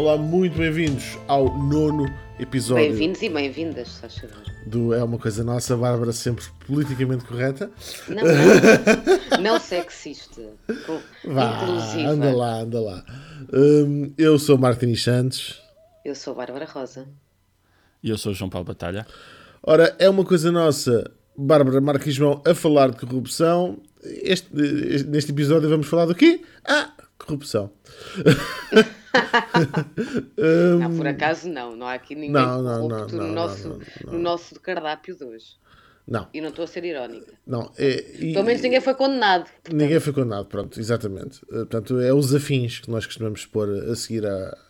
Olá, muito bem-vindos ao 9º episódio. Bem-vindos e bem-vindas, se faz favor. Do É Uma Coisa Nossa, Bárbara sempre politicamente correta. Não sexista, inclusiva. Anda lá. Eu sou Martins Santos. Eu sou Bárbara Rosa. E eu sou o João Paulo Batalha. Ora, É Uma Coisa Nossa, Bárbara, Marco e João a falar de corrupção. Neste episódio vamos falar do quê? Corrupção. Não, por acaso não há aqui ninguém corrupto no nosso cardápio de hoje. Não. E não estou a ser irónica. Não. Pelo menos ninguém foi condenado. Portanto. Ninguém foi condenado, pronto, exatamente. Portanto, é os afins que nós costumamos pôr a seguir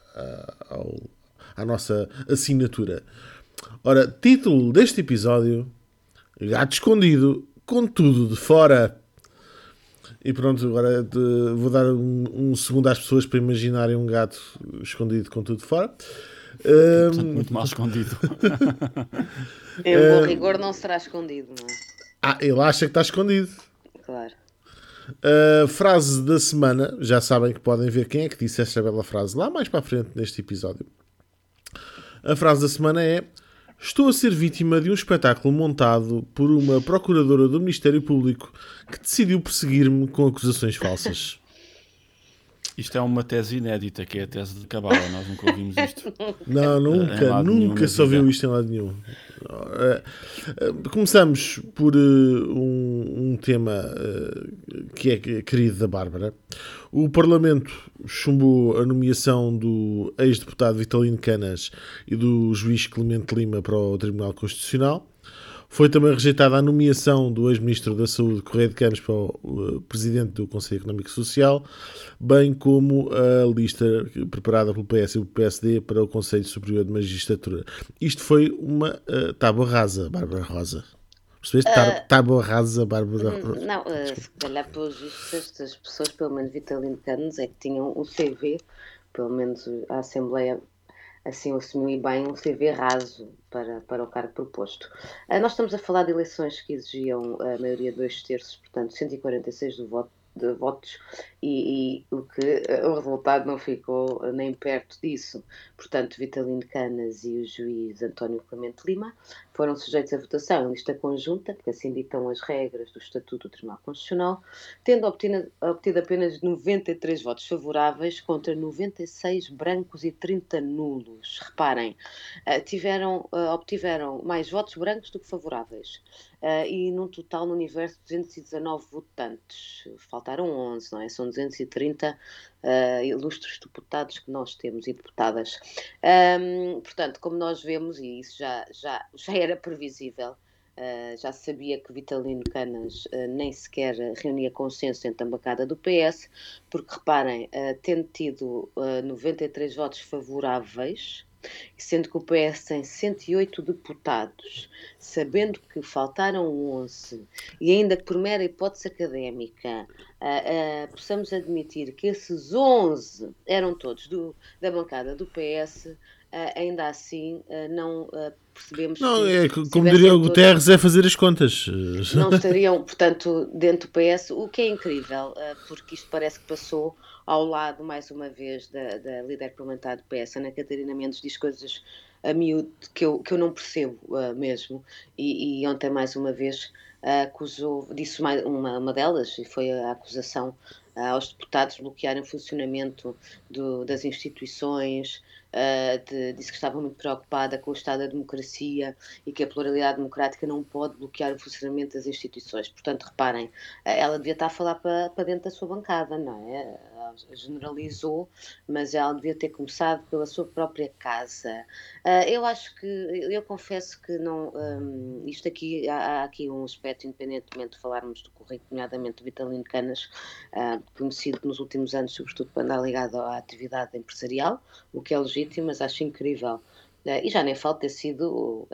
à nossa assinatura. Ora, título deste episódio: Gato Escondido com tudo de fora. E pronto, agora vou dar um segundo às pessoas para imaginarem um gato escondido com tudo de fora. Portanto, muito mal escondido. Em bom rigor não será escondido, não é? Ele acha que está escondido. Claro. Frase da semana. Já sabem que podem ver quem é que disse esta bela frase lá mais para a frente neste episódio. A frase da semana é: estou a ser vítima de um espetáculo montado por uma procuradora do Ministério Público que decidiu perseguir-me com acusações falsas. Isto é uma tese inédita, que é a tese de Cabala. Nós nunca ouvimos isto. Não, nunca se ouviu isto em lado nenhum. Começamos por um tema que é querido da Bárbara. O Parlamento chumbou a nomeação do ex-deputado Vitalino Canas e do juiz Clemente Lima para o Tribunal Constitucional. Foi também rejeitada a nomeação do ex-ministro da Saúde, Correia de Campos, para o presidente do Conselho Económico e Social, bem como a lista preparada pelo PS e pelo PSD para o Conselho Superior de Magistratura. Isto foi uma tábua rasa, Bárbara Rosa. Percebeste? Tábua rasa, Bárbara Rosa. Não, se calhar pelos vistos estas pessoas, pelo menos Vitalino Canas, é que tinham um CV, pelo menos a Assembleia assim assumiu bem, um CV raso para o cargo proposto. Nós estamos a falar de eleições que exigiam a maioria de 2/3, portanto 146 de votos, e o resultado não ficou nem perto disso. Portanto, Vitalino Canas e o juiz António Clemente Lima foram sujeitos à votação em lista conjunta, porque assim ditam as regras do Estatuto do Tribunal Constitucional, tendo obtido apenas 93 votos favoráveis contra 96 brancos e 30 nulos. Reparem, obtiveram mais votos brancos do que favoráveis. E num total, no universo, 219 votantes. Faltaram 11, não é? São 230 ilustres deputados que nós temos e deputadas. Portanto, como nós vemos, e isso já era previsível, já se sabia que Vitalino Canas nem sequer reunia consenso dentro da bancada do PS, porque, reparem, tendo tido 93 votos favoráveis, sendo que o PS tem 108 deputados, sabendo que faltaram 11, e ainda que por mera hipótese académica possamos admitir que esses 11 eram todos da bancada do PS, ainda assim não percebemos que... Como diria o Guterres, é fazer as contas. Não estariam, portanto, dentro do PS, o que é incrível, porque isto parece que passou ao lado, mais uma vez, da líder parlamentar do PS, Ana Catarina Mendes, diz coisas a miúdo que eu não percebo mesmo, e ontem, mais uma vez, disse uma delas, e foi a acusação aos deputados de bloquearem o funcionamento das instituições, disse que estava muito preocupada com o estado da democracia e que a pluralidade democrática não pode bloquear o funcionamento das instituições. Portanto, reparem, ela devia estar a falar para dentro da sua bancada, não é? Ela generalizou, mas ela devia ter começado pela sua própria casa. Eu confesso que não, isto aqui, há aqui um aspecto, independentemente de falarmos do currículo, nomeadamente do Vitalino Canas, conhecido nos últimos anos, sobretudo quando está ligado à atividade empresarial, o que é legítimo, mas acho incrível. E já nem falta ter sido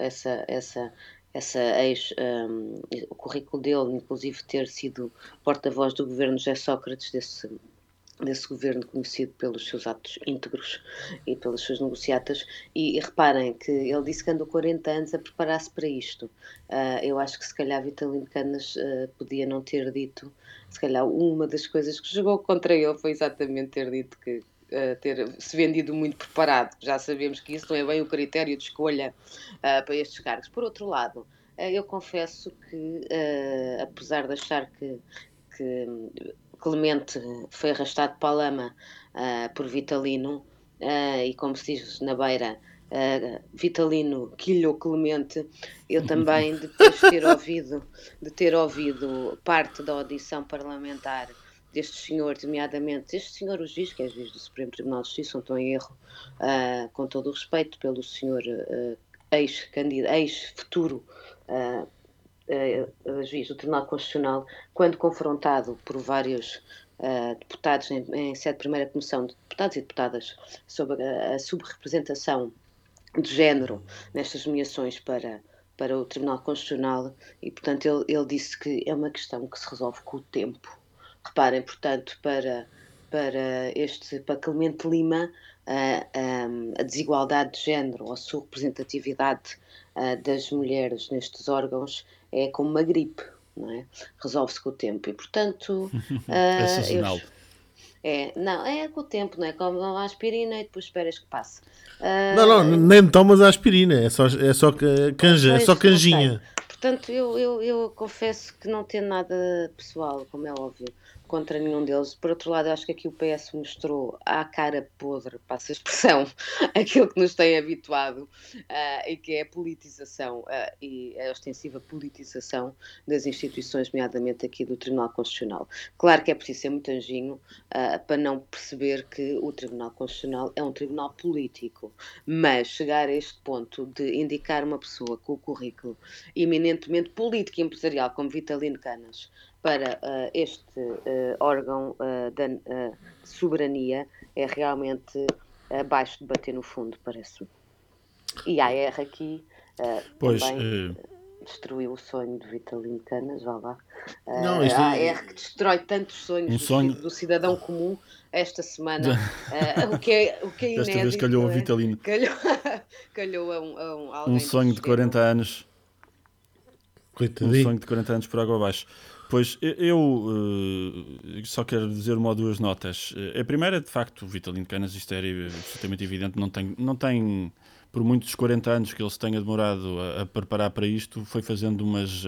o currículo dele, inclusive ter sido porta-voz do governo José Sócrates, desse governo conhecido pelos seus atos íntegros e pelas suas negociatas, e reparem que ele disse que andou 40 anos a preparar-se para isto. Eu acho que se calhar Vitalino Canas podia não ter dito, se calhar uma das coisas que jogou contra ele foi exatamente ter dito que ter se vendido muito preparado. Já sabemos que isso não é bem o critério de escolha para estes cargos. Por outro lado, eu confesso que, apesar de achar que Clemente foi arrastado para a lama por Vitalino, e como se diz na beira, Vitalino quilhou Clemente, eu também, depois de ter ouvido parte da audição parlamentar deste senhor, nomeadamente este senhor, o juiz, que é juiz do Supremo Tribunal de Justiça, não estou em erro, com todo o respeito pelo senhor ex-futuro juiz do Tribunal Constitucional, quando confrontado por vários deputados em sede de primeira comissão, de deputados e deputadas, sobre a subrepresentação de género nestas nomeações para o Tribunal Constitucional, e portanto ele disse que é uma questão que se resolve com o tempo. Reparem, portanto, para Clemente Lima, a desigualdade de género ou a subrepresentatividade das mulheres nestes órgãos é como uma gripe, não é? Resolve-se com o tempo e, portanto... É sazonal. Não, é com o tempo, não é? Como uma aspirina e depois esperas que passe. Não, nem tomas a aspirina, é só canja, é só canjinha. Portanto, eu confesso que não tenho nada pessoal, como é óbvio, contra nenhum deles. Por outro lado, eu acho que aqui o PS mostrou à cara podre, passa a expressão, aquilo que nos tem habituado, e que é a politização e a ostensiva politização das instituições, nomeadamente aqui do Tribunal Constitucional. Claro que é preciso ser muito anjinho para não perceber que o Tribunal Constitucional é um tribunal político, mas chegar a este ponto de indicar uma pessoa com o currículo eminentemente político e empresarial como Vitalino Canas para este órgão de soberania é realmente abaixo de bater no fundo, parece-me. E a AR aqui também destruiu o sonho de Vitalino Canas, vá lá. Não, a AR que destrói tantos sonhos do cidadão comum esta semana, o que é inédito. Desta vez calhou o Vitalino. Calhou a alguém um sonho de 40 anos. Coitadinho. Um sonho de 40 anos por água abaixo. Pois, eu só quero dizer uma ou duas notas. A primeira, de facto, o Vitalino Canas, isto era absolutamente evidente, não tem, por muitos 40 anos que ele se tenha demorado a preparar para isto, foi fazendo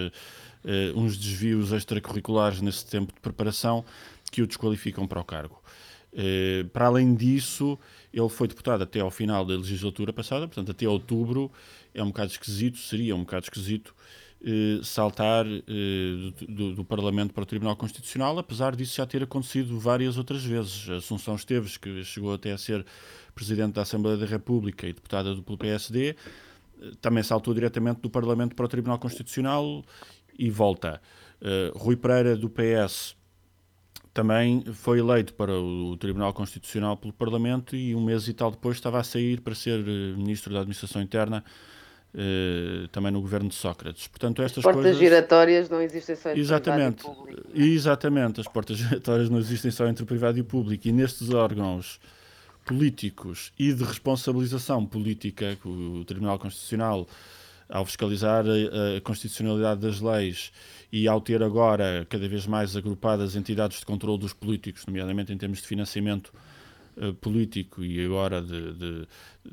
uns desvios extracurriculares nesse tempo de preparação que o desqualificam para o cargo. Para além disso, ele foi deputado até ao final da legislatura passada, portanto até outubro. Seria um bocado esquisito saltar do Parlamento para o Tribunal Constitucional, apesar disso já ter acontecido várias outras vezes. Assunção Esteves, que chegou até a ser Presidente da Assembleia da República e deputada pelo PSD, também saltou diretamente do Parlamento para o Tribunal Constitucional e volta. Rui Pereira, do PS, também foi eleito para o Tribunal Constitucional pelo Parlamento e um mês e tal depois estava a sair para ser Ministro da Administração Interna, também no governo de Sócrates. Portanto, estas portas giratórias não existem só entre privado e público. Exatamente, as portas giratórias não existem só entre o privado e o público, e nestes órgãos políticos e de responsabilização política, o Tribunal Constitucional, ao fiscalizar a constitucionalidade das leis e ao ter agora cada vez mais agrupadas entidades de controle dos políticos, nomeadamente em termos de financiamento político e agora de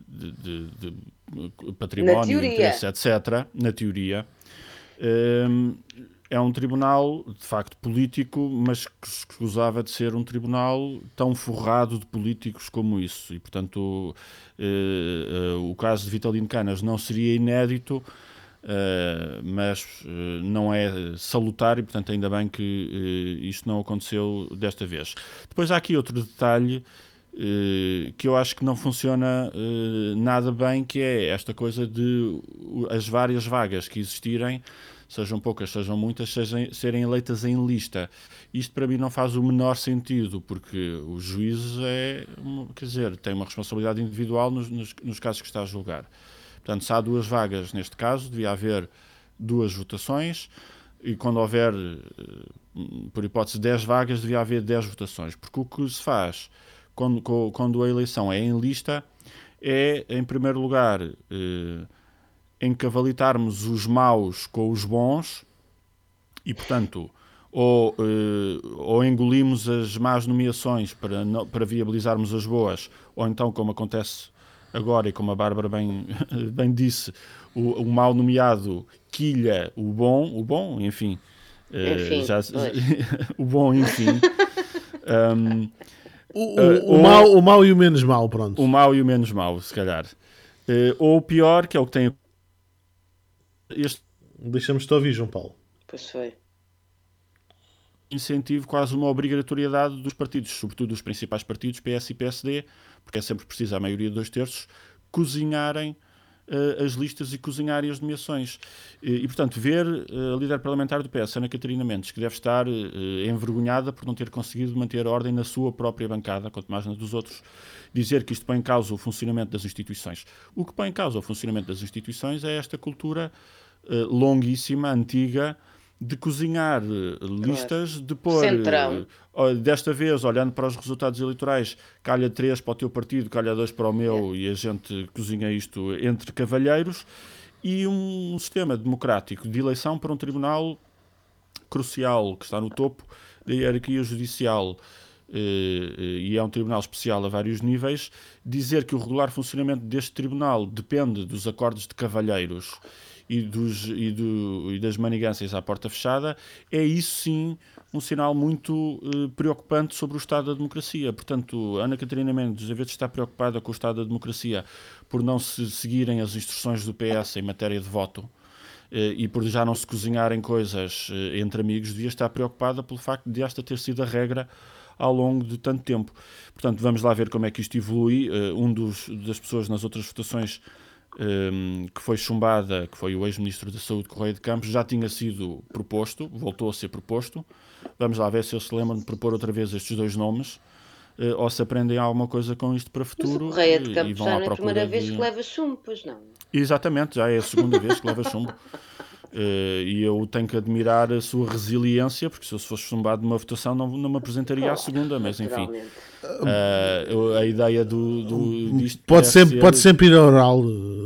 património, interesse, etc., na teoria, é um tribunal, de facto, político, mas que escusava de ser um tribunal tão forrado de políticos como isso. E, portanto, o caso de Vitalino Canas não seria inédito, mas não é salutar e, portanto, ainda bem que isto não aconteceu desta vez. Depois há aqui outro detalhe que eu acho que não funciona nada bem, que é esta coisa de as várias vagas que existirem, sejam poucas, sejam muitas, serem eleitas em lista. Isto para mim não faz o menor sentido, porque o juiz tem uma responsabilidade individual nos casos que está a julgar. Portanto, se há duas vagas, neste caso, devia haver duas votações, e quando houver, por hipótese, 10 vagas, devia haver 10 votações. Porque o que se faz quando a eleição é em lista é, em primeiro lugar, encavalitarmos os maus com os bons e, portanto, ou engolimos as más nomeações para viabilizarmos as boas, ou então, como acontece agora, e como a Bárbara bem disse, o mal nomeado quilha o bom, enfim. Enfim, o bom, enfim. O mau e o menos mau, pronto. O mau e o menos mau, se calhar. Ou o pior, que é o que tem... Deixamos-te ouvir, João Paulo. Pois foi. Incentivo, quase uma obrigatoriedade dos partidos, sobretudo dos principais partidos, PS e PSD, porque é sempre preciso, a maioria de 2/3, cozinharem as listas e cozinharem as nomeações. E portanto, ver a líder parlamentar do PS, Ana Catarina Mendes, que deve estar envergonhada por não ter conseguido manter a ordem na sua própria bancada, quanto mais na dos outros, dizer que isto põe em causa o funcionamento das instituições. O que põe em causa o funcionamento das instituições é esta cultura longuíssima, antiga, de cozinhar listas, de pôr, desta vez, olhando para os resultados eleitorais, calha 3 para o teu partido, calha 2 para o meu, e a gente cozinha isto entre cavalheiros, e um sistema democrático de eleição para um tribunal crucial, que está no topo da hierarquia judicial, e é um tribunal especial a vários níveis. Dizer que o regular funcionamento deste tribunal depende dos acordos de cavalheiros e das manigâncias à porta fechada, é isso sim um sinal muito preocupante sobre o estado da democracia. Portanto, Ana Catarina Mendes, a vez de estar preocupada com o estado da democracia por não se seguirem as instruções do PS em matéria de voto, e por já não se cozinharem coisas entre amigos, devia estar preocupada pelo facto de esta ter sido a regra ao longo de tanto tempo. Portanto, vamos lá ver como é que isto evolui. Das pessoas nas outras votações que foi chumbada, que foi o ex-ministro da Saúde, Correia de Campos, já tinha sido proposto, voltou a ser proposto. Vamos lá ver se eles se lembram de propor outra vez estes dois nomes, ou se aprendem alguma coisa com isto para o futuro. Mas o Correia de Campos já não é a primeira vez que leva chumbo, pois não? Exatamente, já é a segunda vez que leva chumbo. E eu tenho que admirar a sua resiliência, porque se eu fosse chumbado numa votação não me apresentaria à segunda, mas enfim, a ideia disto pode sempre ir ao oral.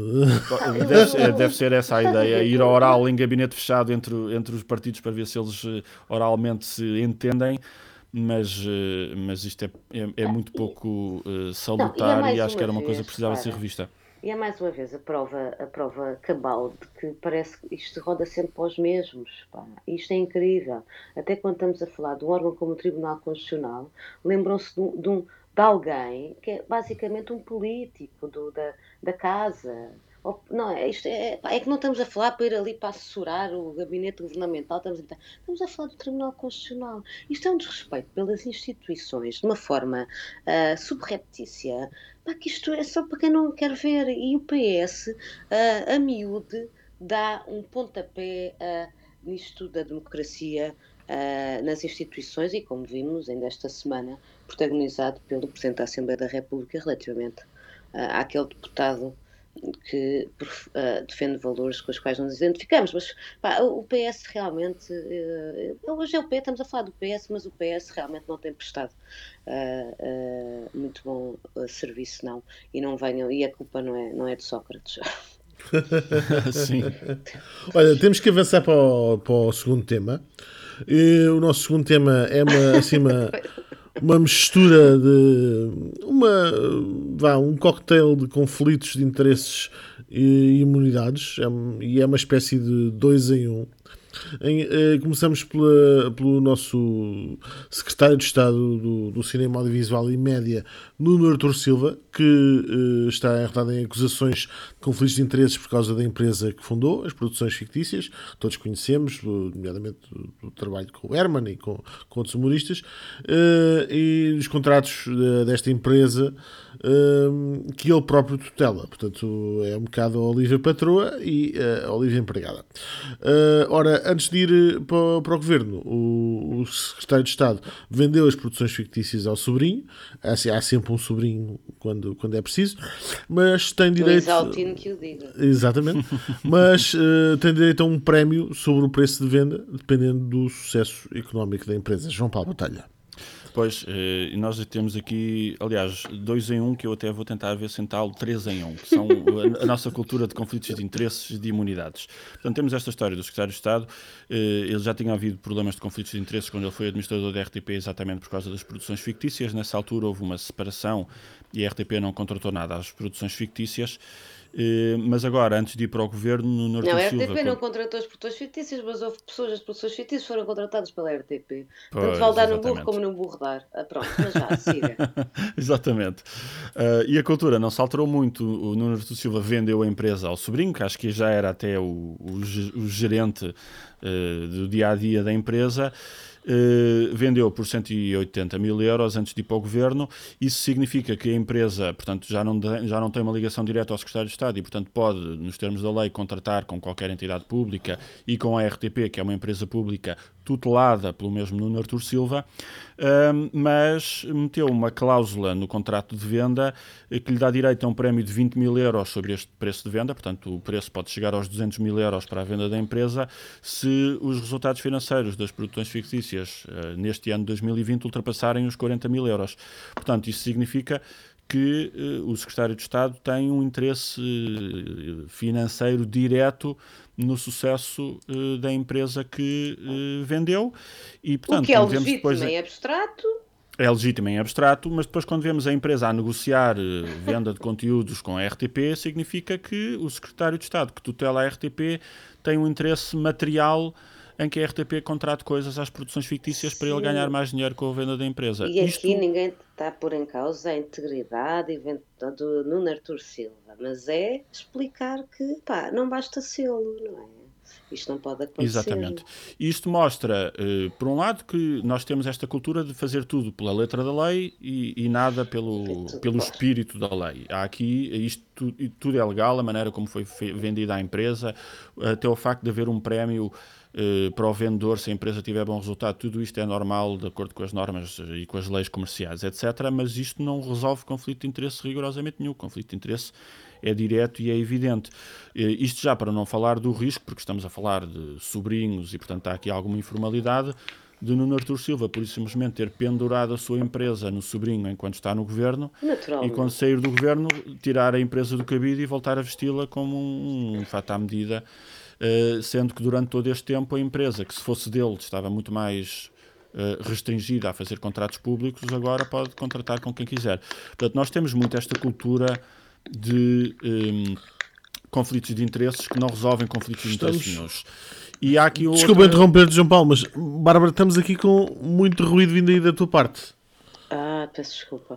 Deve ser essa a ideia, ir ao oral em gabinete fechado entre os partidos para ver se eles oralmente se entendem. Mas isto é muito pouco salutar, e acho que era uma coisa que precisava ser revista. E é mais uma vez a prova cabal de que parece que isto roda sempre para os mesmos. Pá. Isto é incrível. Até quando estamos a falar de um órgão como o Tribunal Constitucional, lembram-se de alguém que é basicamente um político da casa. Não, é que não estamos a falar para ir ali para assessorar o gabinete governamental, estamos a falar do Tribunal Constitucional. Isto é um desrespeito pelas instituições de uma forma subreptícia, que isto é só para quem não quer ver. E o PS, a miúde, dá um pontapé nisto da democracia nas instituições, e como vimos ainda esta semana, protagonizado pelo Presidente da Assembleia da República relativamente àquele deputado que defende valores com os quais não nos identificamos. Mas o PS realmente, hoje é o PS, estamos a falar do PS, mas o PS realmente não tem prestado muito bom serviço, não. E não venham, e a culpa não é de Sócrates. Sim. Olha, temos que avançar para o segundo tema. O nosso segundo tema é uma mistura de um cocktail de conflitos de interesses e imunidades, e é uma espécie de 2 em 1. Começamos pelo nosso secretário de Estado do Cinema Audiovisual e Média, Nuno Artur Silva, que está enredado em acusações de conflitos de interesses por causa da empresa que fundou, as Produções Fictícias. Todos conhecemos, nomeadamente o trabalho com o Herman e com outros humoristas, e os contratos desta empresa que ele próprio tutela. Portanto, é um bocado a Olívia patroa e a Olívia empregada. Ora, antes de ir para o governo, o secretário de Estado vendeu as Produções Fictícias ao sobrinho. Há sempre um sobrinho quando é preciso, mas tem direito... Exaltino que o diga. Exatamente. Mas tem direito a um prémio sobre o preço de venda, dependendo do sucesso económico da empresa. João Paulo Batalha. Pois, e nós temos aqui, aliás, 2 em 1, que eu até vou tentar ver sentá-lo 3 em 1, que são a nossa cultura de conflitos de interesses e de imunidades. Portanto, temos esta história do Secretário de Estado. Ele já tinha havido problemas de conflitos de interesses quando ele foi administrador da RTP, exatamente por causa das produções fictícias. Nessa altura houve uma separação e a RTP não contratou nada às produções fictícias. Mas agora, antes de ir para o governo, no Não, Artur a Silva... RTP não contratou as produções fictícias, mas houve pessoas, as produções fictícias foram contratadas pela RTP. Tanto Pois, vale dar no burro exatamente. como no burro dar. Pronto, mas já, siga. Exatamente. E a cultura não se alterou muito. O Nuno Artur Silva vendeu a empresa ao sobrinho, que acho que já era até o gerente do dia-a-dia da empresa. Vendeu por 180 mil euros antes de ir para o governo. Isso significa que a empresa, portanto, já não tem uma ligação direta ao Secretário de Estado e, portanto, pode, nos termos da lei, contratar com qualquer entidade pública e com a RTP, que é uma empresa pública tutelada pelo mesmo Nuno Artur Silva, mas meteu uma cláusula no contrato de venda que lhe dá direito a um prémio de 20 mil euros sobre este preço de venda. Portanto, o preço pode chegar aos 200 mil euros para a venda da empresa se os resultados financeiros das produções fictícias neste ano de 2020 ultrapassarem os 40 mil euros. Portanto, isso significa que o Secretário de Estado tem um interesse financeiro direto no sucesso da empresa que vendeu. E, portanto, O que é legítimo em abstrato. É legítimo em abstrato, mas depois quando vemos a empresa a negociar venda de conteúdos com a RTP, significa que o Secretário de Estado que tutela a RTP tem um interesse material em que a RTP contrate coisas às produções fictícias. Sim. Para ele ganhar mais dinheiro com a venda da empresa. E aqui ninguém está a pôr em causa a integridade do Nuno Artur Silva, mas é explicar que não basta sê-lo, não é? Isto não pode acontecer. Exatamente. Isto mostra, por um lado, que noi temos esta cultura de fazer tudo pela letra da lei e nada pelo espírito da lei. Há aqui, isto tudo é legal, a maneira como foi vendida à empresa, até o facto de haver um prémio para o vendedor, se a empresa tiver bom resultado, tudo isto é normal, de acordo com as normas e com as leis comerciais, etc. Mas isto não resolve conflito de interesse rigorosamente nenhum. O conflito de interesse é direto e é evidente. Isto já para não falar do risco, porque estamos a falar de sobrinhos e, portanto, há aqui alguma informalidade de Nuno Artur Silva, por isso simplesmente ter pendurado a sua empresa no sobrinho enquanto está no governo e quando sair do governo tirar a empresa do cabide e voltar a vesti-la como um fato à medida, sendo que durante todo este tempo a empresa, que se fosse dele estava muito mais restringida a fazer contratos públicos, agora pode contratar com quem quiser. Portanto, nós temos muito esta cultura de conflitos de interesses que não resolvem conflitos de interesses nenhuns. E há aqui Desculpa interromper-te, João Paulo, mas Bárbara, estamos aqui com muito ruído vindo aí da tua parte. Peço desculpa.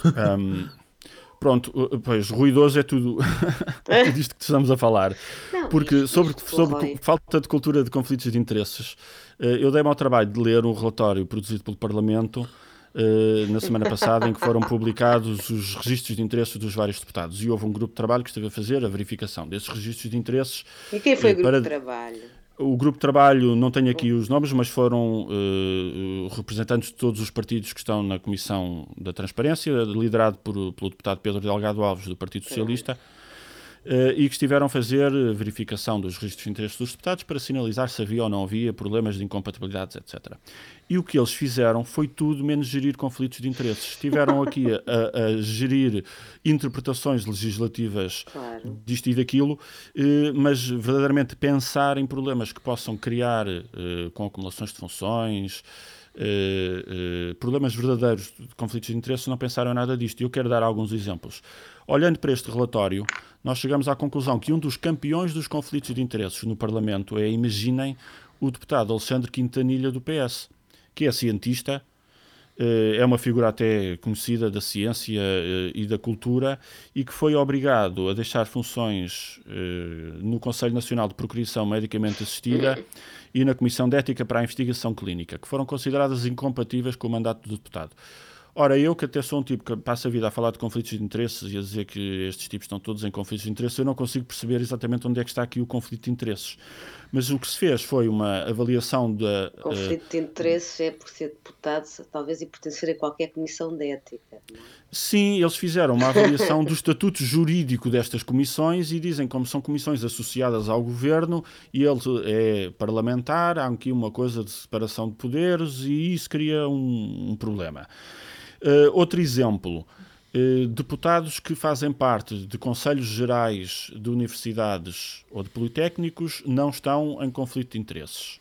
Pronto, pois, ruidoso é tudo disto que estamos a falar. Não, porque sobre falta de cultura de conflitos de interesses, eu dei-me ao trabalho de ler um relatório produzido pelo Parlamento na semana passada, em que foram publicados os registros de interesses dos vários deputados. E houve um grupo de trabalho que esteve a fazer a verificação desses registros de interesses. E quem foi o grupo de trabalho? O grupo de trabalho, não tenho aqui os nomes, mas foram representantes de todos os partidos que estão na Comissão da Transparência, liderado pelo deputado Pedro Delgado Alves, do Partido Socialista, e que estiveram a fazer verificação dos registros de interesses dos deputados para sinalizar se havia ou não havia problemas de incompatibilidades, etc. E o que eles fizeram foi tudo menos gerir conflitos de interesses. Estiveram aqui a gerir interpretações legislativas disto e daquilo, mas verdadeiramente pensar em problemas que possam criar com acumulações de funções, problemas verdadeiros de conflitos de interesses, não pensaram em nada disto. E eu quero dar alguns exemplos. Olhando para este relatório, nós chegamos à conclusão que um dos campeões dos conflitos de interesses no Parlamento é, imaginem, o deputado Alexandre Quintanilha do PS, que é cientista, é uma figura até conhecida da ciência e da cultura e que foi obrigado a deixar funções no Conselho Nacional de Procriação Medicamente Assistida e na Comissão de Ética para a Investigação Clínica, que foram consideradas incompatíveis com o mandato do deputado. Ora, eu que até sou um tipo que passa a vida a falar de conflitos de interesses e a dizer que estes tipos estão todos em conflitos de interesses, eu não consigo perceber exatamente onde é que está aqui o conflito de interesses. Mas o que se fez foi uma avaliação da... Conflito de interesses é por ser deputado, talvez, e pertencer a qualquer comissão de ética. Não é? Sim, eles fizeram uma avaliação do estatuto jurídico destas comissões e dizem como são comissões associadas ao governo e ele é parlamentar, há aqui uma coisa de separação de poderes e isso cria um problema. Outro exemplo, deputados que fazem parte de conselhos gerais de universidades ou de politécnicos não estão em conflito de interesses.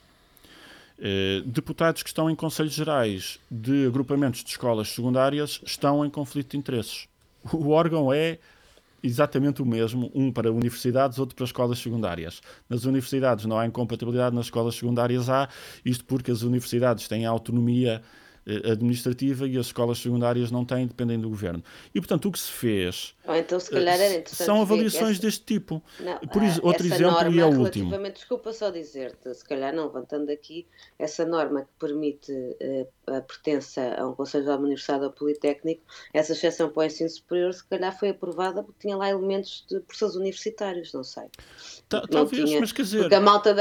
Deputados que estão em conselhos gerais de agrupamentos de escolas secundárias estão em conflito de interesses. O órgão é exatamente o mesmo, um para universidades, outro para escolas secundárias. Nas universidades não há incompatibilidade, nas escolas secundárias há, isto porque as universidades têm autonomia administrativa e as escolas secundárias não têm, dependem do governo. E, portanto, o que se fez Ou então, se calhar, era interessante são avaliações deste tipo. Não, Outro essa exemplo, norma, e é o último. desculpa só dizer-te, se calhar não levantando aqui, essa norma que permite a pertença a um conselho de uma universidade ou politécnico, essa exceção para o ensino superior, se calhar foi aprovada porque tinha lá elementos de professores universitários, não sei. Talvez, mas quer dizer... Porque a malta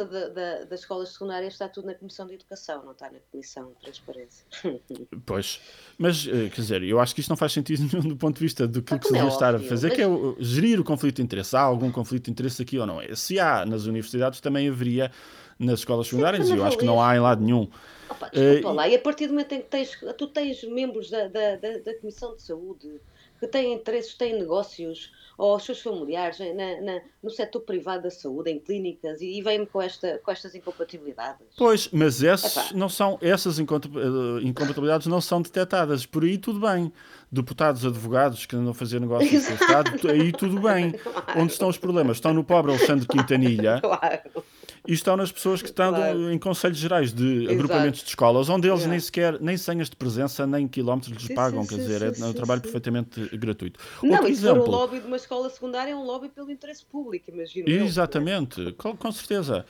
das escolas secundárias está tudo na Comissão de Educação, não está na Comissão de Transparência. Pois, mas quer dizer, eu acho que isto não faz sentido nenhum do ponto de vista do que se devia estar a fazer, mas... que é gerir o conflito de interesse. Há algum conflito de interesse aqui ou não? Se há nas universidades, também haveria nas escolas secundárias, e eu acho que não há em lado nenhum. Opa, desculpa lá, e a partir do momento em que tu tens membros da Comissão de Saúde que têm interesses, têm negócios, ou os seus familiares no setor privado da saúde, em clínicas, e vêm-me com estas incompatibilidades. Pois, mas essas incompatibilidades não são detectadas. Por aí tudo bem. Deputados, advogados que andam a fazer negócios com o Estado, aí tudo bem. Claro. Onde estão os problemas? Estão no pobre Alexandre Quintanilha. Claro. E estão nas pessoas que estão em conselhos gerais de agrupamentos de escolas, onde eles nem senhas de presença, nem quilómetros lhes pagam, quer dizer, é um trabalho perfeitamente gratuito. Não, outro exemplo, se for um lobby de uma escola secundária, é um lobby pelo interesse público, imagino. Exatamente, com certeza.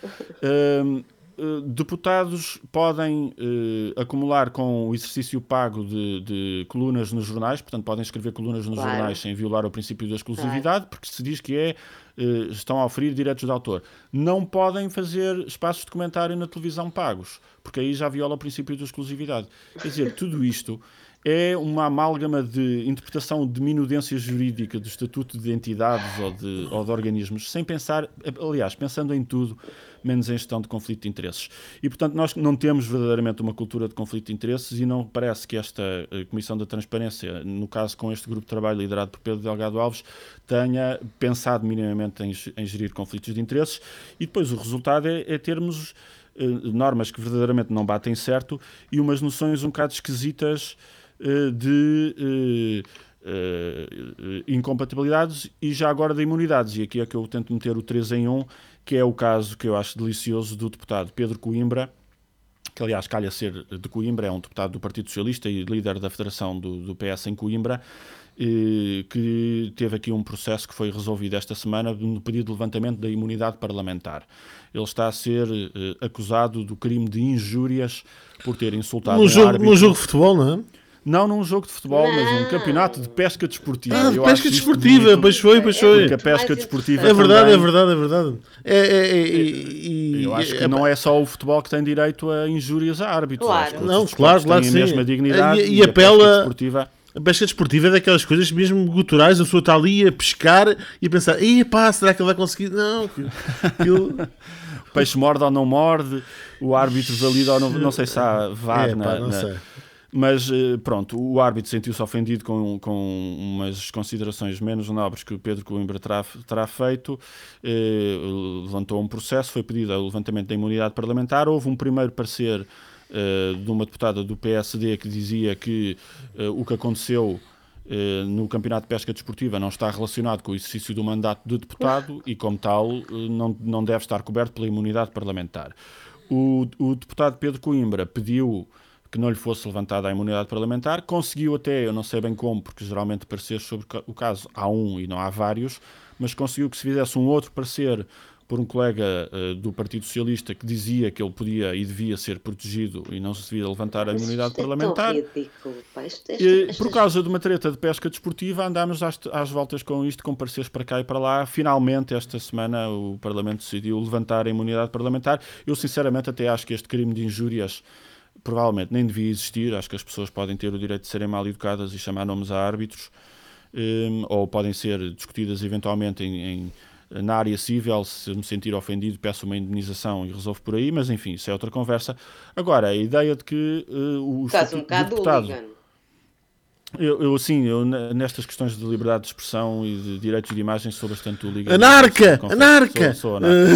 Deputados podem acumular com o exercício pago de colunas nos jornais, portanto podem escrever colunas nos jornais sem violar o princípio da exclusividade, porque se diz que estão a oferir direitos de autor. Não podem fazer espaços de comentário na televisão pagos, porque aí já viola o princípio da exclusividade. Quer dizer, tudo isto é uma amálgama de interpretação de minudência jurídica do estatuto de entidades ou de organismos, sem pensar, aliás, pensando em tudo, menos em gestão de conflito de interesses. E, portanto, nós não temos verdadeiramente uma cultura de conflito de interesses e não parece que esta Comissão da Transparência, no caso com este grupo de trabalho liderado por Pedro Delgado Alves, tenha pensado minimamente em gerir conflitos de interesses. E depois o resultado é termos normas que verdadeiramente não batem certo e umas noções um bocado esquisitas de incompatibilidades e já agora de imunidades. E aqui é que eu tento meter o 3 em 1, que é o caso que eu acho delicioso do deputado Pedro Coimbra, que aliás calha ser de Coimbra, é um deputado do Partido Socialista e líder da federação do PS em Coimbra, que teve aqui um processo que foi resolvido esta semana no pedido de levantamento da imunidade parlamentar. Ele está a ser acusado do crime de injúrias por ter insultado um árbitro. Num jogo de futebol, não é? Não num jogo de futebol, mas num campeonato de pesca desportiva. Pesca desportiva, pois foi. Porque a pesca desportiva é verdade. Eu acho que não é só o futebol que tem direito a injúrias a árbitros. Claro. Não, claro, têm sim. a mesma dignidade E apela... A pesca desportiva é daquelas coisas mesmo guturais, a pessoa está ali a pescar e a pensar, será que ele vai conseguir? Não, o peixe morde ou não morde, o árbitro valida ou não sei se há VAR não sei. Mas pronto, o árbitro sentiu-se ofendido com umas considerações menos nobres que o Pedro Coimbra terá feito, levantou um processo, foi pedido o levantamento da imunidade parlamentar, houve um primeiro parecer de uma deputada do PSD que dizia que o que aconteceu no Campeonato de Pesca Desportiva não está relacionado com o exercício do mandato de deputado e, como tal, não deve estar coberto pela imunidade parlamentar. O deputado Pedro Coimbra pediu que não lhe fosse levantada a imunidade parlamentar, conseguiu até, eu não sei bem como, porque geralmente pareceres sobre o caso há um e não há vários, mas conseguiu que se fizesse um outro parecer por um colega do Partido Socialista que dizia que ele podia e devia ser protegido e não se devia levantar a imunidade parlamentar. É tão ridículo, pá. Por causa de uma treta de pesca desportiva, andámos às voltas com isto, com pareceres para cá e para lá. Finalmente, esta semana, o Parlamento decidiu levantar a imunidade parlamentar. Eu, sinceramente, até acho que este crime de injúrias provavelmente nem devia existir. Acho que as pessoas podem ter o direito de serem mal educadas e chamar nomes a árbitros, ou podem ser discutidas eventualmente na área civil. Se me sentir ofendido, peço uma indemnização e resolvo por aí, mas enfim, isso é outra conversa. Agora, a ideia de que o Estás um bocado deputado... hooligan. Eu, nestas questões de liberdade de expressão e de direitos de imagem, sou bastante hooligan. Anarca! Anarca! Sou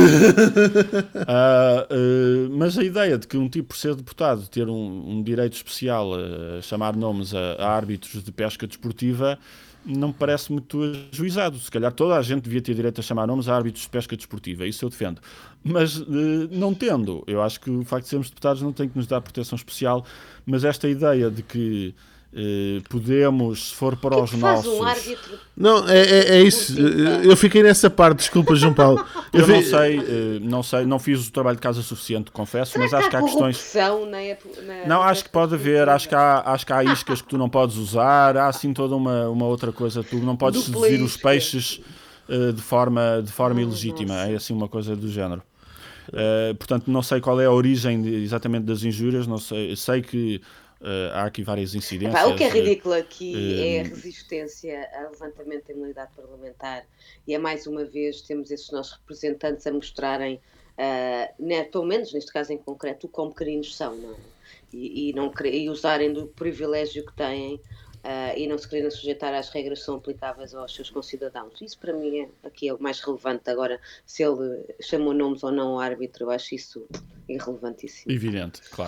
mas a ideia de que um tipo, por ser deputado, ter um direito especial a chamar nomes a árbitros de pesca desportiva, não me parece muito ajuizado. Se calhar toda a gente devia ter direito a chamar nomes a árbitros de pesca desportiva, isso eu defendo. Mas não tendo, eu acho que o facto de sermos deputados não tem que nos dar proteção especial, mas esta ideia de que podemos, se for para os nossos... Faz um árbitro? Não, é isso. Eu fiquei nessa parte, desculpa, João Paulo. Eu não sei, não fiz o trabalho de casa suficiente, confesso, mas acho que há questões... Não, acho que pode haver, acho que há iscas que tu não podes usar, há assim toda uma outra coisa, tu não podes seduzir os peixes de forma ilegítima, é assim uma coisa do género. Portanto, não sei qual é a origem exatamente das injúrias, não sei que há aqui várias incidências. O que é ridículo aqui é a resistência ao levantamento da imunidade parlamentar, e é mais uma vez temos esses nossos representantes a mostrarem, pelo menos neste caso em concreto, o quão pequeninos são, não é? E usarem do privilégio que têm e não se quererem sujeitar às regras que são aplicáveis aos seus concidadãos. Isso para mim aqui é o mais relevante. Agora, se ele chamou nomes ou não ao árbitro, eu acho isso irrelevantíssimo. Evidente, claro.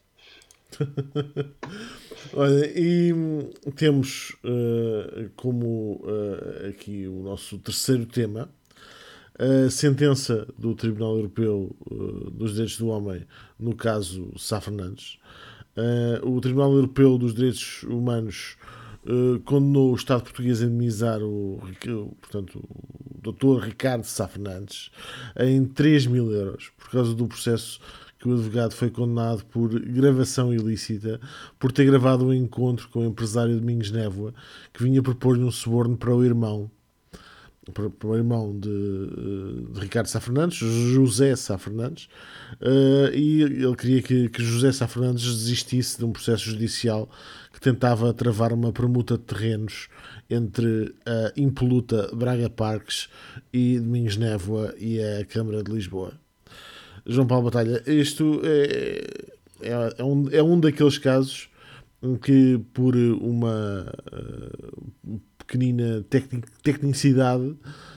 Olha, e temos como aqui o nosso terceiro tema a sentença do Tribunal Europeu dos Direitos do Homem no caso Sá Fernandes. O Tribunal Europeu dos Direitos Humanos condenou o Estado português a indemnizar o Dr. Ricardo Sá Fernandes em 3.000 euros por causa do processo que o advogado foi condenado por gravação ilícita por ter gravado um encontro com o empresário Domingos Névoa, que vinha propor-lhe um suborno para o irmão de Ricardo Sá Fernandes, José Sá Fernandes, e ele queria que José Sá Fernandes desistisse de um processo judicial que tentava travar uma permuta de terrenos entre a impoluta Braga Parques e Domingos Névoa e a Câmara de Lisboa. João Paulo Batalha, isto é um daqueles casos em que, por uma pequenina tecnicidade,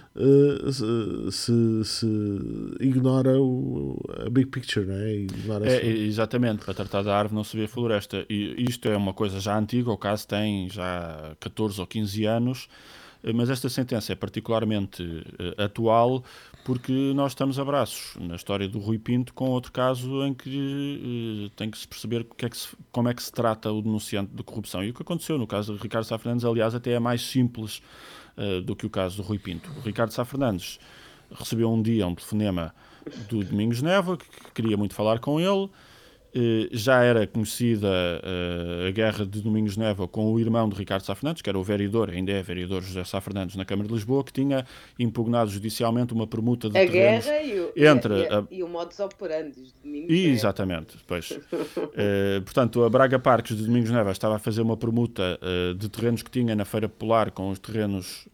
se ignora a big picture, não é? Exatamente, para tratar da árvore não se vê a floresta. E isto é uma coisa já antiga, o caso tem já 14 ou 15 anos, mas esta sentença é particularmente atual porque nós estamos a braços na história do Rui Pinto com outro caso em que tem que se perceber como é que se trata o denunciante de corrupção. E o que aconteceu no caso de Ricardo Sá Fernandes, aliás, até é mais simples do que o caso do Rui Pinto. O Ricardo Sá Fernandes recebeu um dia um telefonema do Domingos Névoa, que queria muito falar com ele. Já era conhecida a guerra de Domingos Névoa com o irmão de Ricardo Sá Fernandes, que era o vereador, ainda é vereador José Sá Fernandes na Câmara de Lisboa, que tinha impugnado judicialmente uma permuta de terrenos e o modus operandi de Domingos Névoa. Exatamente, pois. Portanto, a Braga Parques de Domingos Névoa estava a fazer uma permuta de terrenos que tinha na Feira Popular com os terrenos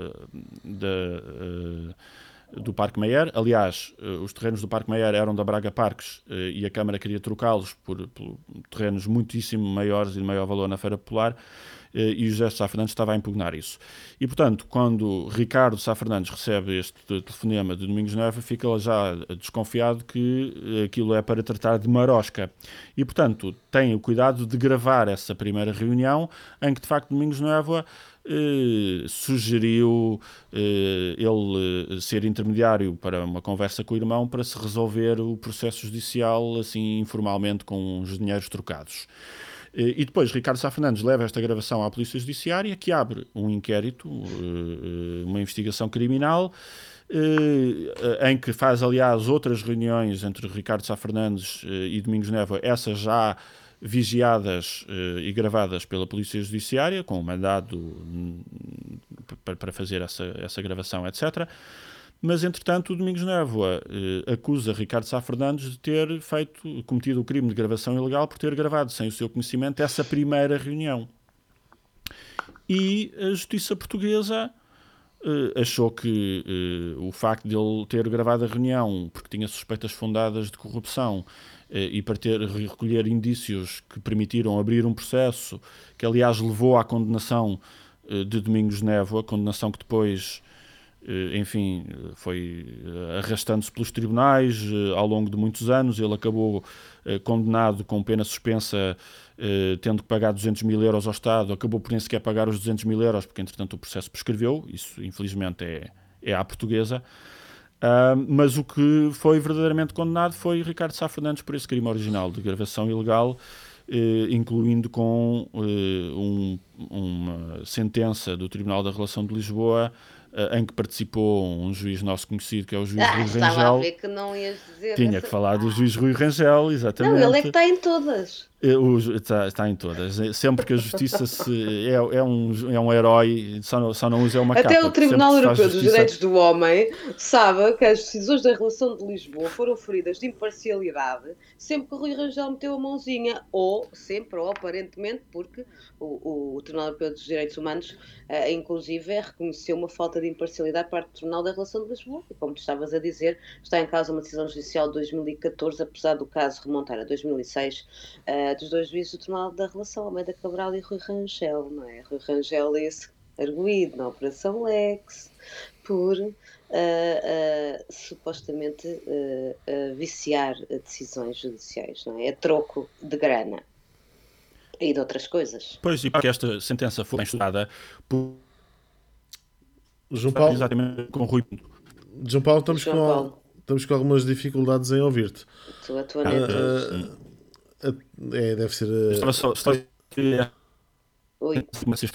do Parque Meyer. Aliás, os terrenos do Parque Meyer eram da Braga Parques e a Câmara queria trocá-los por terrenos muitíssimo maiores e de maior valor na Feira Popular, e José Sá Fernandes estava a impugnar isso. E, portanto, quando Ricardo Sá Fernandes recebe este telefonema de Domingos Névoa, fica já desconfiado que aquilo é para tratar de marosca. E, portanto, tem o cuidado de gravar essa primeira reunião em que, de facto, Domingos Névoa sugeriu ele ser intermediário para uma conversa com o irmão para se resolver o processo judicial assim informalmente com uns dinheiros trocados. E depois Ricardo Sá Fernandes leva esta gravação à Polícia Judiciária, que abre um inquérito, uma investigação criminal, em que faz, aliás, outras reuniões entre Ricardo Sá Fernandes e Domingos Névoa, essas já vigiadas e gravadas pela Polícia Judiciária, com o mandado para fazer essa gravação, etc. Mas, entretanto, o Domingos Névoa acusa Ricardo Sá Fernandes de ter cometido o crime de gravação ilegal por ter gravado, sem o seu conhecimento, essa primeira reunião. E a Justiça Portuguesa achou que o facto de ele ter gravado a reunião porque tinha suspeitas fundadas de corrupção e para recolher indícios que permitiram abrir um processo que, aliás, levou à condenação de Domingos Névoa, condenação que depois, enfim, foi arrastando-se pelos tribunais ao longo de muitos anos. Ele acabou condenado com pena suspensa, tendo que pagar 200 mil euros ao Estado, acabou por nem sequer pagar os 200 mil euros, porque entretanto o processo prescreveu. Isso infelizmente é à portuguesa. Mas o que foi verdadeiramente condenado foi Ricardo Sá Fernandes por esse crime original de gravação ilegal, incluindo com uma sentença do Tribunal da Relação de Lisboa, em que participou um juiz nosso conhecido, que é o juiz Rui Rangel. Estava a ver que não ias dizer. Tinha que falar do juiz Rui Rangel, exatamente. Não, ele é que está em todas. Está em todas. Sempre que a justiça é um herói, só não usa uma capa. Até o Tribunal Europeu dos Direitos do Homem sabe que as decisões da Relação de Lisboa foram feridas de imparcialidade sempre que o Rui Rangel meteu a mãozinha, ou aparentemente, porque o Tribunal Europeu dos Direitos Humanos, inclusive, reconheceu uma falta de imparcialidade para o Tribunal da Relação de Lisboa. E como tu estavas a dizer, está em causa uma decisão judicial de 2014, apesar do caso remontar a 2006, dos dois juízes do Tribunal da Relação, Almeida Cabral e Rui Rangel, não é? Rui Rangel é esse arguido na Operação Lex por supostamente viciar decisões judiciais, não é? É troco de grana e de outras coisas. Pois, e porque esta sentença foi bem estudada por João Paulo, exatamente com Rui Pinto. João Paulo, estamos com algumas dificuldades em ouvir-te. A tua neta. Deve ser. Oi.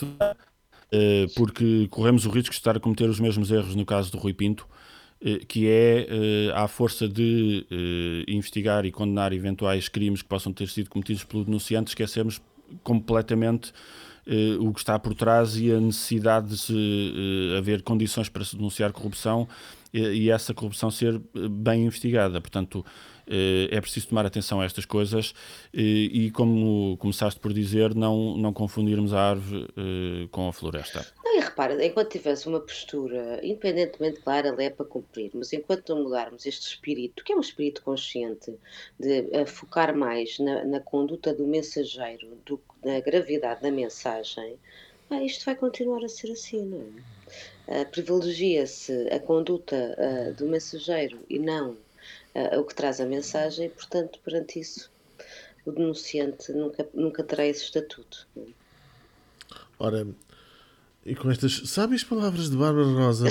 Porque corremos o risco de estar a cometer os mesmos erros no caso do Rui Pinto, que é, à força de investigar e condenar eventuais crimes que possam ter sido cometidos pelo denunciante, esquecermos completamente o que está por trás e a necessidade de se haver condições para se denunciar corrupção e essa corrupção ser bem investigada. Portanto, é preciso tomar atenção a estas coisas e, como começaste por dizer, não confundirmos a árvore com a floresta. Não, e repara, enquanto tivesse uma postura, independentemente, claro, ela é para cumprir, mas enquanto não mudarmos este espírito, que é um espírito consciente, de focar mais na conduta do mensageiro, na gravidade da mensagem, isto vai continuar a ser assim, não é? Privilegia-se a conduta do mensageiro e não o que traz a mensagem, e, portanto, perante isso, o denunciante nunca terá esse estatuto. Não é? Ora, e com estas sábias palavras de Bárbara Rosa,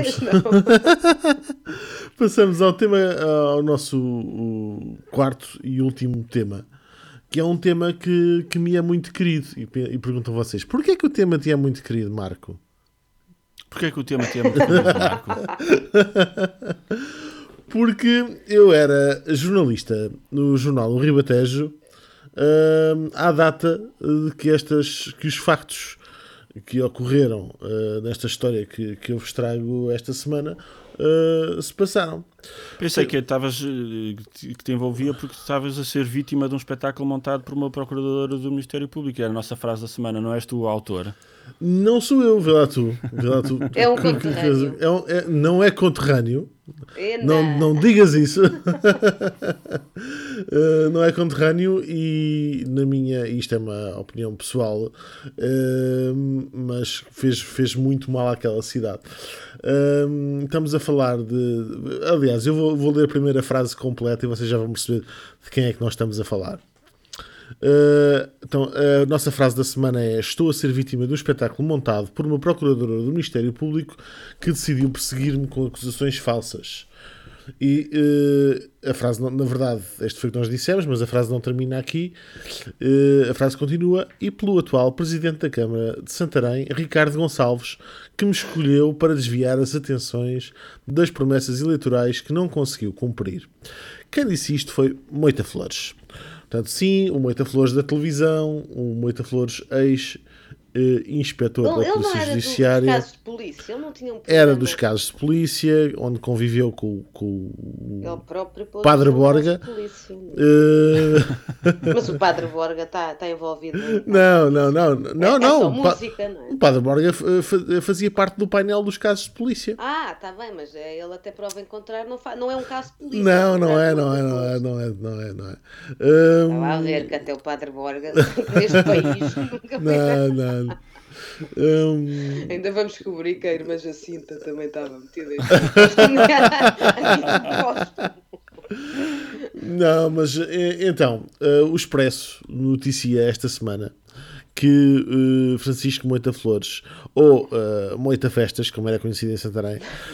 passamos ao nosso quarto e último tema, que é um tema que me é muito querido. E pergunto a vocês, porquê que o tema te é muito querido, Marco? Porquê que o tema te é muito querido, Marco? Porque eu era jornalista no jornal O Ribatejo à data de que os factos que ocorreram nesta história que eu vos trago esta semana se passaram. Pensei que te envolvia porque estavas a ser vítima de um espetáculo montado por uma procuradora do Ministério Público. Era a nossa frase da semana, não és tu o autor? Não sou eu, vê lá tu. É um conterrâneo. Não é conterrâneo. Não digas isso. Não é conterrâneo e isto é uma opinião pessoal, mas fez muito mal àquela cidade. Estamos a falar aliás, eu vou ler a primeira frase completa e vocês já vão perceber de quem é que nós estamos a falar. Então, a nossa frase da semana é: estou a ser vítima de um espetáculo montado por uma procuradora do Ministério Público que decidiu perseguir-me com acusações falsas. E a frase, na verdade, este foi o que nós dissemos, mas a frase não termina aqui. A frase continua: e pelo atual Presidente da Câmara de Santarém, Ricardo Gonçalves, que me escolheu para desviar as atenções das promessas eleitorais que não conseguiu cumprir. Quem disse isto foi Moita Flores. Portanto, sim, o Moita Flores da televisão, o Moita Flores ex-inspetor da Polícia Judiciária. Ele não era dos casos de polícia, ele não tinha um problema. Era dos casos de polícia, onde conviveu com Ele próprio Padre Borga. Mas o Padre Borga está envolvido. Não. É só música, não é? O Padre Borga fazia parte do painel dos casos de polícia. Está bem, mas ele até prova em contrário não é um caso de polícia. Não é. Estava a ver que até o Padre Borga neste país nunca Não. Ainda vamos descobrir que a irmã Jacinta também estava metida em Não, mas então o Expresso noticia esta semana que Francisco Moita Flores, ou Moita Festas, como era conhecido em Santarém,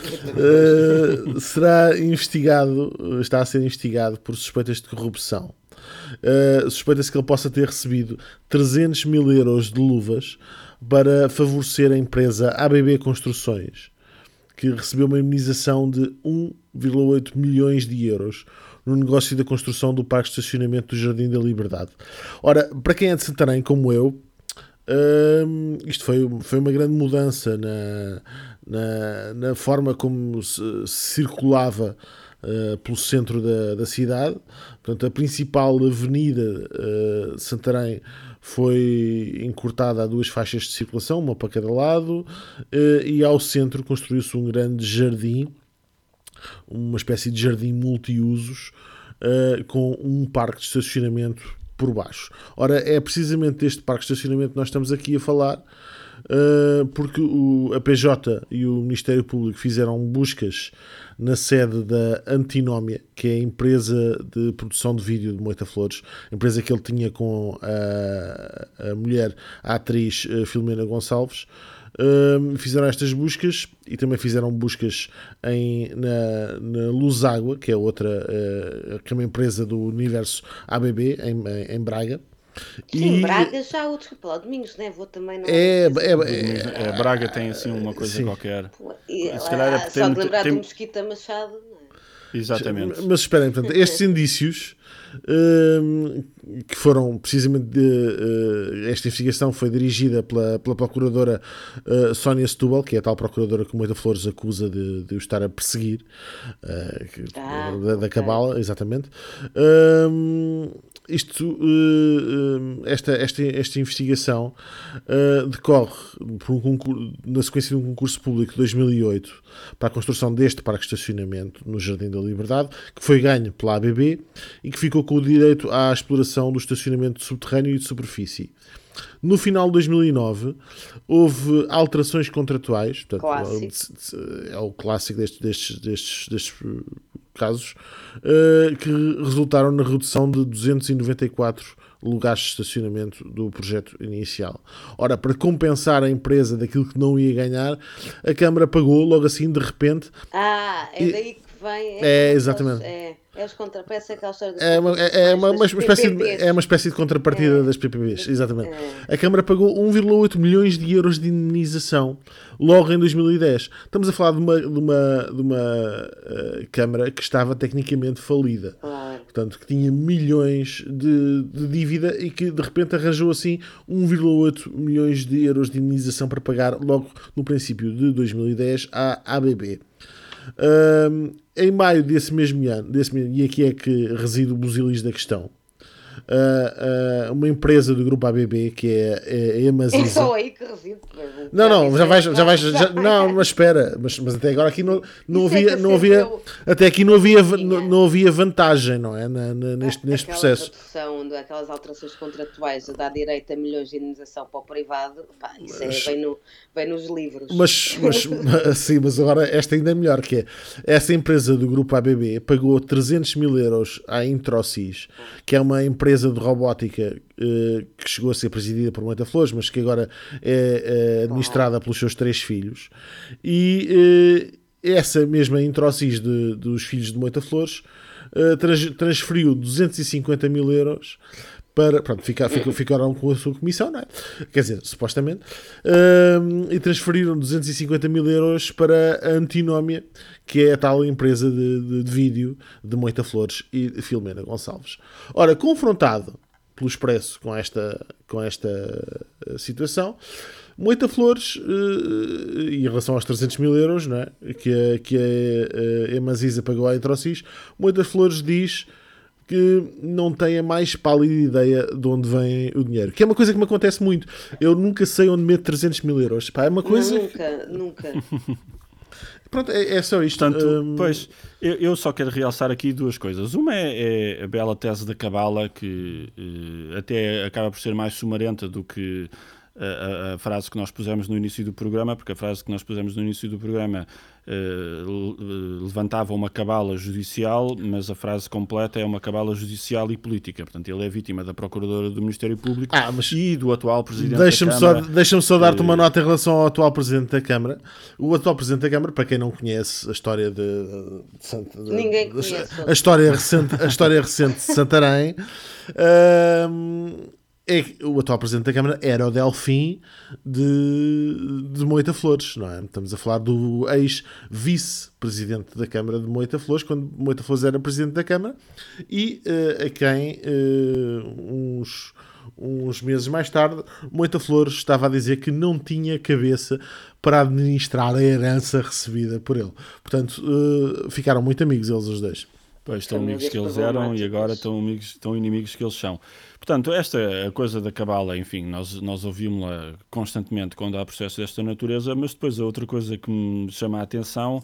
está a ser investigado por suspeitas de corrupção. Suspeita-se que ele possa ter recebido 300 mil euros de luvas para favorecer a empresa ABB Construções, que recebeu uma indemnização de 1,8 milhões de euros no negócio da construção do parque de estacionamento do Jardim da Liberdade. Ora, para quem é de Santarém como eu, isto foi uma grande mudança na forma como se circulava pelo centro da cidade. Portanto, a principal avenida de Santarém foi encurtada a 2 faixas de circulação, uma para cada lado, e ao centro construiu-se um grande jardim, uma espécie de jardim multiusos, com um parque de estacionamento por baixo. Ora, é precisamente deste parque de estacionamento que nós estamos aqui a falar, porque a PJ e o Ministério Público fizeram buscas na sede da Antinómia, que é a empresa de produção de vídeo de Moita Flores, empresa que ele tinha com a mulher, a atriz Filomena Gonçalves. Fizeram estas buscas e também fizeram buscas na Luzágua, que é outra que é uma empresa do universo ABB em Braga. Sim, Braga já o desculpa lá, Domingos, né? Vou também não Braga tem assim uma coisa qualquer. Se calhar é só de lembrar do Mesquita Machado, não é? Exatamente. Mas esperem, portanto, estes indícios que foram precisamente esta investigação foi dirigida pela procuradora Sónia Setúbal, que é a tal procuradora que o Moita Flores acusa de o estar a perseguir, da Cabala, exatamente. Esta investigação decorre na sequência de um concurso público de 2008 para a construção deste parque de estacionamento no Jardim da Liberdade, que foi ganho pela ABB e que ficou com o direito à exploração do estacionamento subterrâneo e de superfície. No final de 2009 houve alterações contratuais, portanto, é o clássico destes casos, que resultaram na redução de 294 lugares de estacionamento do projeto inicial. Ora, para compensar a empresa daquilo que não ia ganhar, a Câmara pagou logo assim, de repente. Daí que vem. Exatamente. Parece aquela história uma espécie de contrapartida das PPPs, exatamente. A Câmara pagou 1,8 milhões de euros de indemnização logo em 2010. Estamos a falar de uma Câmara que estava tecnicamente falida. Claro. Portanto, que tinha milhões de dívida e que de repente arranjou assim 1,8 milhões de euros de indemnização para pagar logo no princípio de 2010 à ABB. Em maio desse mesmo ano, e aqui é que reside o busilis da questão, uma empresa do grupo ABB, que é a Emaziza. É só aí que reside. Não, não, mas espera, mas até agora aqui não havia até aqui não havia vantagem, não é, neste processo. Aquelas alterações contratuais a dar direito a milhões de indenização para o privado, isso vem nos livros. Mas agora esta ainda é melhor, que é essa empresa do grupo ABB pagou 300 mil euros à Introcis, que é uma empresa de robótica que chegou a ser presidida por Moita Flores, mas que agora é administrada pelos seus 3 filhos, e essa mesma Introcis dos filhos de Moita Flores transferiu 250 mil euros para, pronto, ficaram com a sua comissão, não é? Quer dizer, supostamente, e transferiram 250 mil euros para a Antinómia, que é a tal empresa de vídeo de Moita Flores e Filomena Gonçalves. Ora, confrontado pelo Expresso com esta situação, Moita Flores, em relação aos 300 mil euros, não é? que a Emaziza pagou à Introcis, Moita Flores diz que não tem a mais pálida ideia de onde vem o dinheiro. Que é uma coisa que me acontece muito. Eu nunca sei onde meto 300 mil euros. Pá, é uma coisa... Nunca. Pronto, é só isto. Portanto, pois, eu só quero realçar aqui duas coisas. Uma é a bela tese da Cabala, que até acaba por ser mais sumarenta do que a frase que nós pusemos no início do programa, porque a frase que nós pusemos no início do programa levantava uma cabala judicial, mas a frase completa é uma cabala judicial e política. Portanto, ele é vítima da Procuradora do Ministério Público e do atual Presidente da Câmara. Deixa-me só dar-te uma nota em relação ao atual Presidente da Câmara. O atual Presidente da Câmara, para quem não conhece a história ninguém conhece a história recente de Santarém, o atual Presidente da Câmara era o Delfim de Moita Flores, não é? Estamos a falar do ex-vice-presidente da Câmara de Moita Flores, quando Moita Flores era Presidente da Câmara, e a quem, uns meses mais tarde, Moita Flores estava a dizer que não tinha cabeça para administrar a herança recebida por ele. Portanto, ficaram muito amigos eles os dois. Pois, tão amigos que eles eram e agora tão inimigos que eles são. Portanto, esta coisa da Cabala, enfim, nós ouvimos-la constantemente quando há processos desta natureza, mas depois a outra coisa que me chama a atenção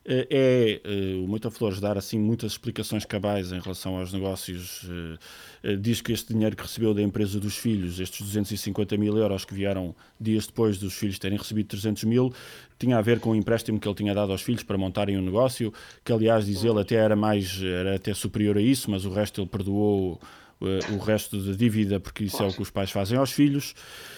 é o Moita Flores dar assim muitas explicações cabais em relação aos negócios. Diz que este dinheiro que recebeu da empresa dos filhos, estes 250 mil euros que vieram dias depois dos filhos terem recebido 300 mil, tinha a ver com o empréstimo que ele tinha dado aos filhos para montarem um negócio, que aliás, diz ele, era até superior a isso, mas o resto ele perdoou o resto da dívida, porque isso é o que os pais fazem aos filhos.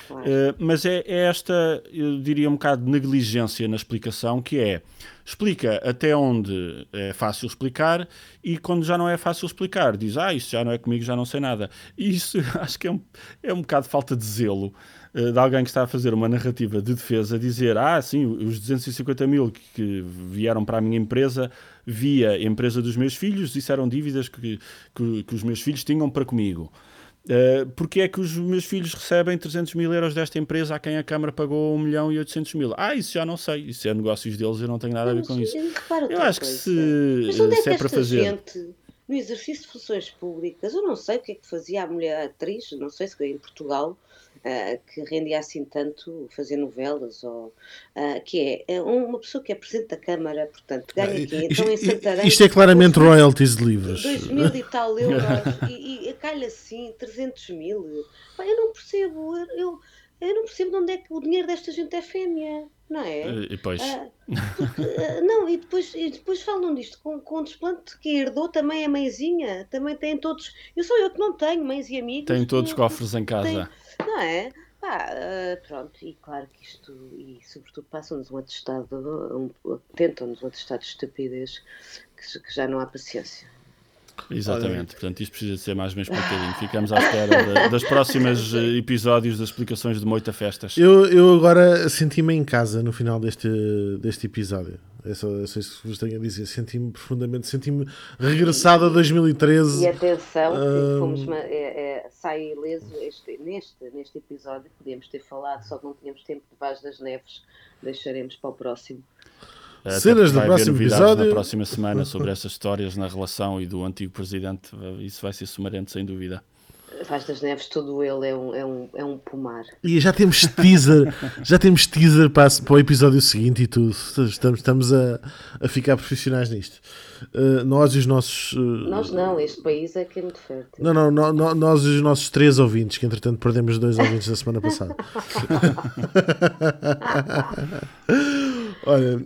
Mas é esta, eu diria, um bocado de negligência na explicação, que explica até onde é fácil explicar, e quando já não é fácil explicar, diz, isso já não é comigo, já não sei nada. E isso acho que é um bocado de falta de zelo de alguém que está a fazer uma narrativa de defesa, dizer, sim, os 250 mil que vieram para a minha empresa, via empresa dos meus filhos, isso eram dívidas que os meus filhos tinham para comigo. Porque é que os meus filhos recebem 300 mil euros desta empresa a quem a Câmara pagou 1.800.000? Isso já não sei, isso é negócios deles, eu não tenho nada a ver com isso. Eu acho que se é para fazer... Gente, no exercício de funções públicas, eu não sei o que é que fazia a mulher atriz, não sei se foi em Portugal, que rendia assim tanto fazer novelas, ou que é uma pessoa que é Presidente da Câmara, portanto, ganha aqui, então em Santarém... Isto é claramente royalties de livros. 2.000 e tal euros, e calha assim, 300 mil. Eu não percebo, eu não percebo de onde é que o dinheiro desta gente é fêmea, não é? E depois... não, e depois falam disto com desplante, que herdou também a mãezinha, também têm todos... Sou eu que não tenho mães e amigos. Tem todos cofres em casa. Não é? Pronto, e claro que isto, e sobretudo passam-nos um atestado, tentam-nos um atestado de estupidez, que já não há paciência. Exatamente, portanto isto precisa de ser mais bem explicadinho. Ficamos à espera das próximas episódios das explicações de Moita Festas. Eu agora senti-me em casa no final deste episódio. É só isso que vos tenho a dizer. Senti-me regressado a 2013. E atenção, que fomos, sai ileso neste episódio. Podíamos ter falado, só que não tínhamos tempo de Vaz das Neves. Deixaremos para o próximo. Cenas do próximo episódio. Na próxima semana sobre essas histórias na relação e do antigo presidente. Isso vai ser sumarento, sem dúvida. Vaz das Neves, todo ele é um pomar. E já temos teaser para o episódio seguinte e tudo. Estamos a ficar profissionais nisto. Nós e os nossos... Nós não, este país é que é muito fértil. Não, nós e os nossos 3 ouvintes, que entretanto perdemos 2 ouvintes da semana passada. Olha,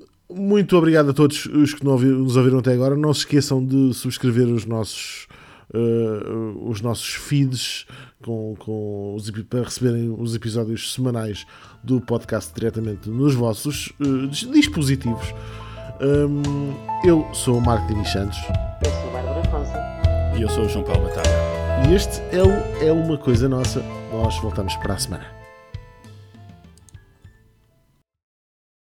muito obrigado a todos os que nos ouviram até agora. Não se esqueçam de subscrever os nossos os nossos feeds para receberem os episódios semanais do podcast diretamente nos vossos dispositivos. Eu sou o Marco Diniz Santos. Eu sou a Bárbara Rosa. E eu sou o João Paulo Batalha. E este é Uma Coisa Nossa. Nós voltamos para a semana.